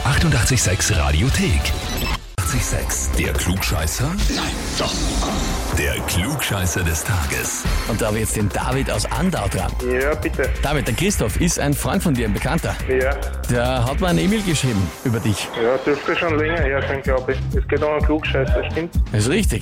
886 Radiothek. 886, der Klugscheißer? Nein, doch. Der Klugscheißer des Tages. Und da habe ich jetzt den David aus Andau dran. Ja, bitte. David, der Christoph ist ein Freund von dir, ein Bekannter. Ja, Der hat mir eine E-Mail geschrieben über dich. ja, dürfte schon länger her sein, glaube ich. Es geht um einen Klugscheißer, stimmt? Das ist richtig.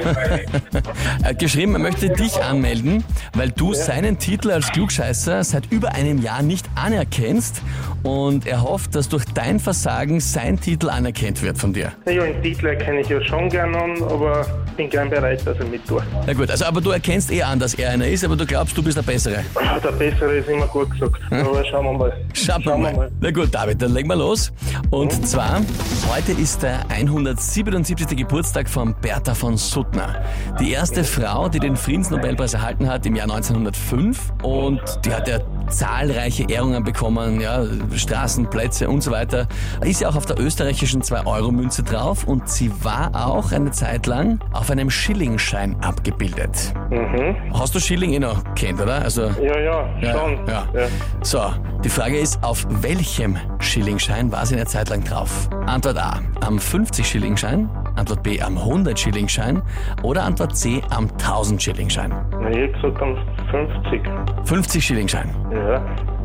Er hat geschrieben, er möchte dich anmelden, weil du seinen Titel als Klugscheißer seit über einem Jahr nicht anerkennst und er hofft, dass durch dein Versagen sein Titel anerkannt wird von dir. Ja, den Titel erkenne ich ja schon gern an, aber bin gern bereit, dass ich mit tue. Na gut, also aber du erkennst an, dass er einer ist, aber du glaubst, du bist der Bessere. Der Bessere ist immer gut gesagt. Aber schauen wir mal. Schauen wir mal. Na gut, David, dann legen wir los. Und zwar, heute ist der 177. Geburtstag von Bertha von Suttner. Die erste Frau, die den Friedensnobelpreis erhalten hat im Jahr 1905. Und die hat ja zahlreiche Ehrungen bekommen, ja, Straßenplätze und so weiter. Ist ja auch auf der österreichischen 2-Euro-Münze drauf und sie war auch eine Zeit lang auf einem Schillingschein abgebildet. Hast du Schilling noch kennt, oder? Also, Ja, schon. ja. Ja. So, die Frage ist, auf welchem Schillingschein war sie eine Zeit lang drauf? Antwort A, am 50-Schillingschein, Antwort B, am 100-Schillingschein oder Antwort C, am 1000-Schillingschein? Na, ich hab gesagt um 50. 50-Schillingschein. Ja,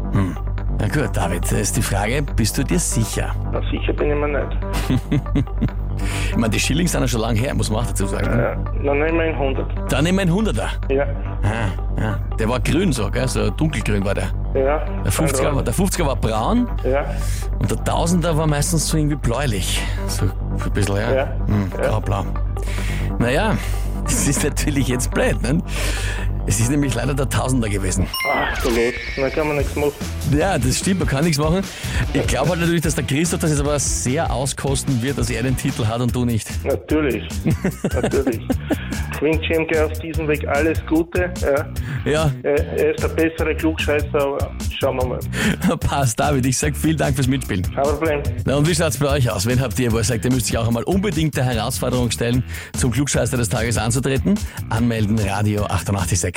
Na gut, David, das ist die Frage, bist du dir sicher? na sicher bin ich mir nicht. Ich meine, die Schillings sind ja schon lange her, muss man auch dazu sagen. Ne? Ja, dann nehmen wir einen 100. Dann nehmen wir einen 100er. Ja, Ja. Der war grün so, gell? So dunkelgrün war der. ja. Der 50er war braun Ja, und der 1000er war meistens so irgendwie bläulich. So ein bisschen, ja. Ja. Grau-blau. Naja, das ist natürlich jetzt blöd, ne? Es ist nämlich leider der 1000er gewesen. ach du los, dann kann man nichts machen. Ja, das stimmt, man kann nichts machen. Ich glaube halt natürlich, dass der Christoph das jetzt aber sehr auskosten wird, dass er den Titel hat und du nicht. Natürlich, natürlich. Ich wünsche ihm gleich auf diesem Weg alles Gute. Ja. Ja, Er ist der bessere Klugscheißer, aber schauen wir mal. passt, David. Ich sag vielen Dank fürs Mitspielen. Kein Problem. Na und wie schaut's bei euch aus? Wen habt ihr, wo ihr sagt, ihr müsst sich auch einmal unbedingt der Herausforderung stellen, zum Klugscheißer des Tages anzutreten? Anmelden, Radio 886.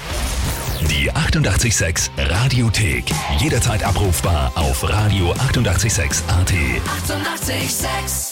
Die 886 Radiothek. Jederzeit abrufbar auf radio886.at. 886! 886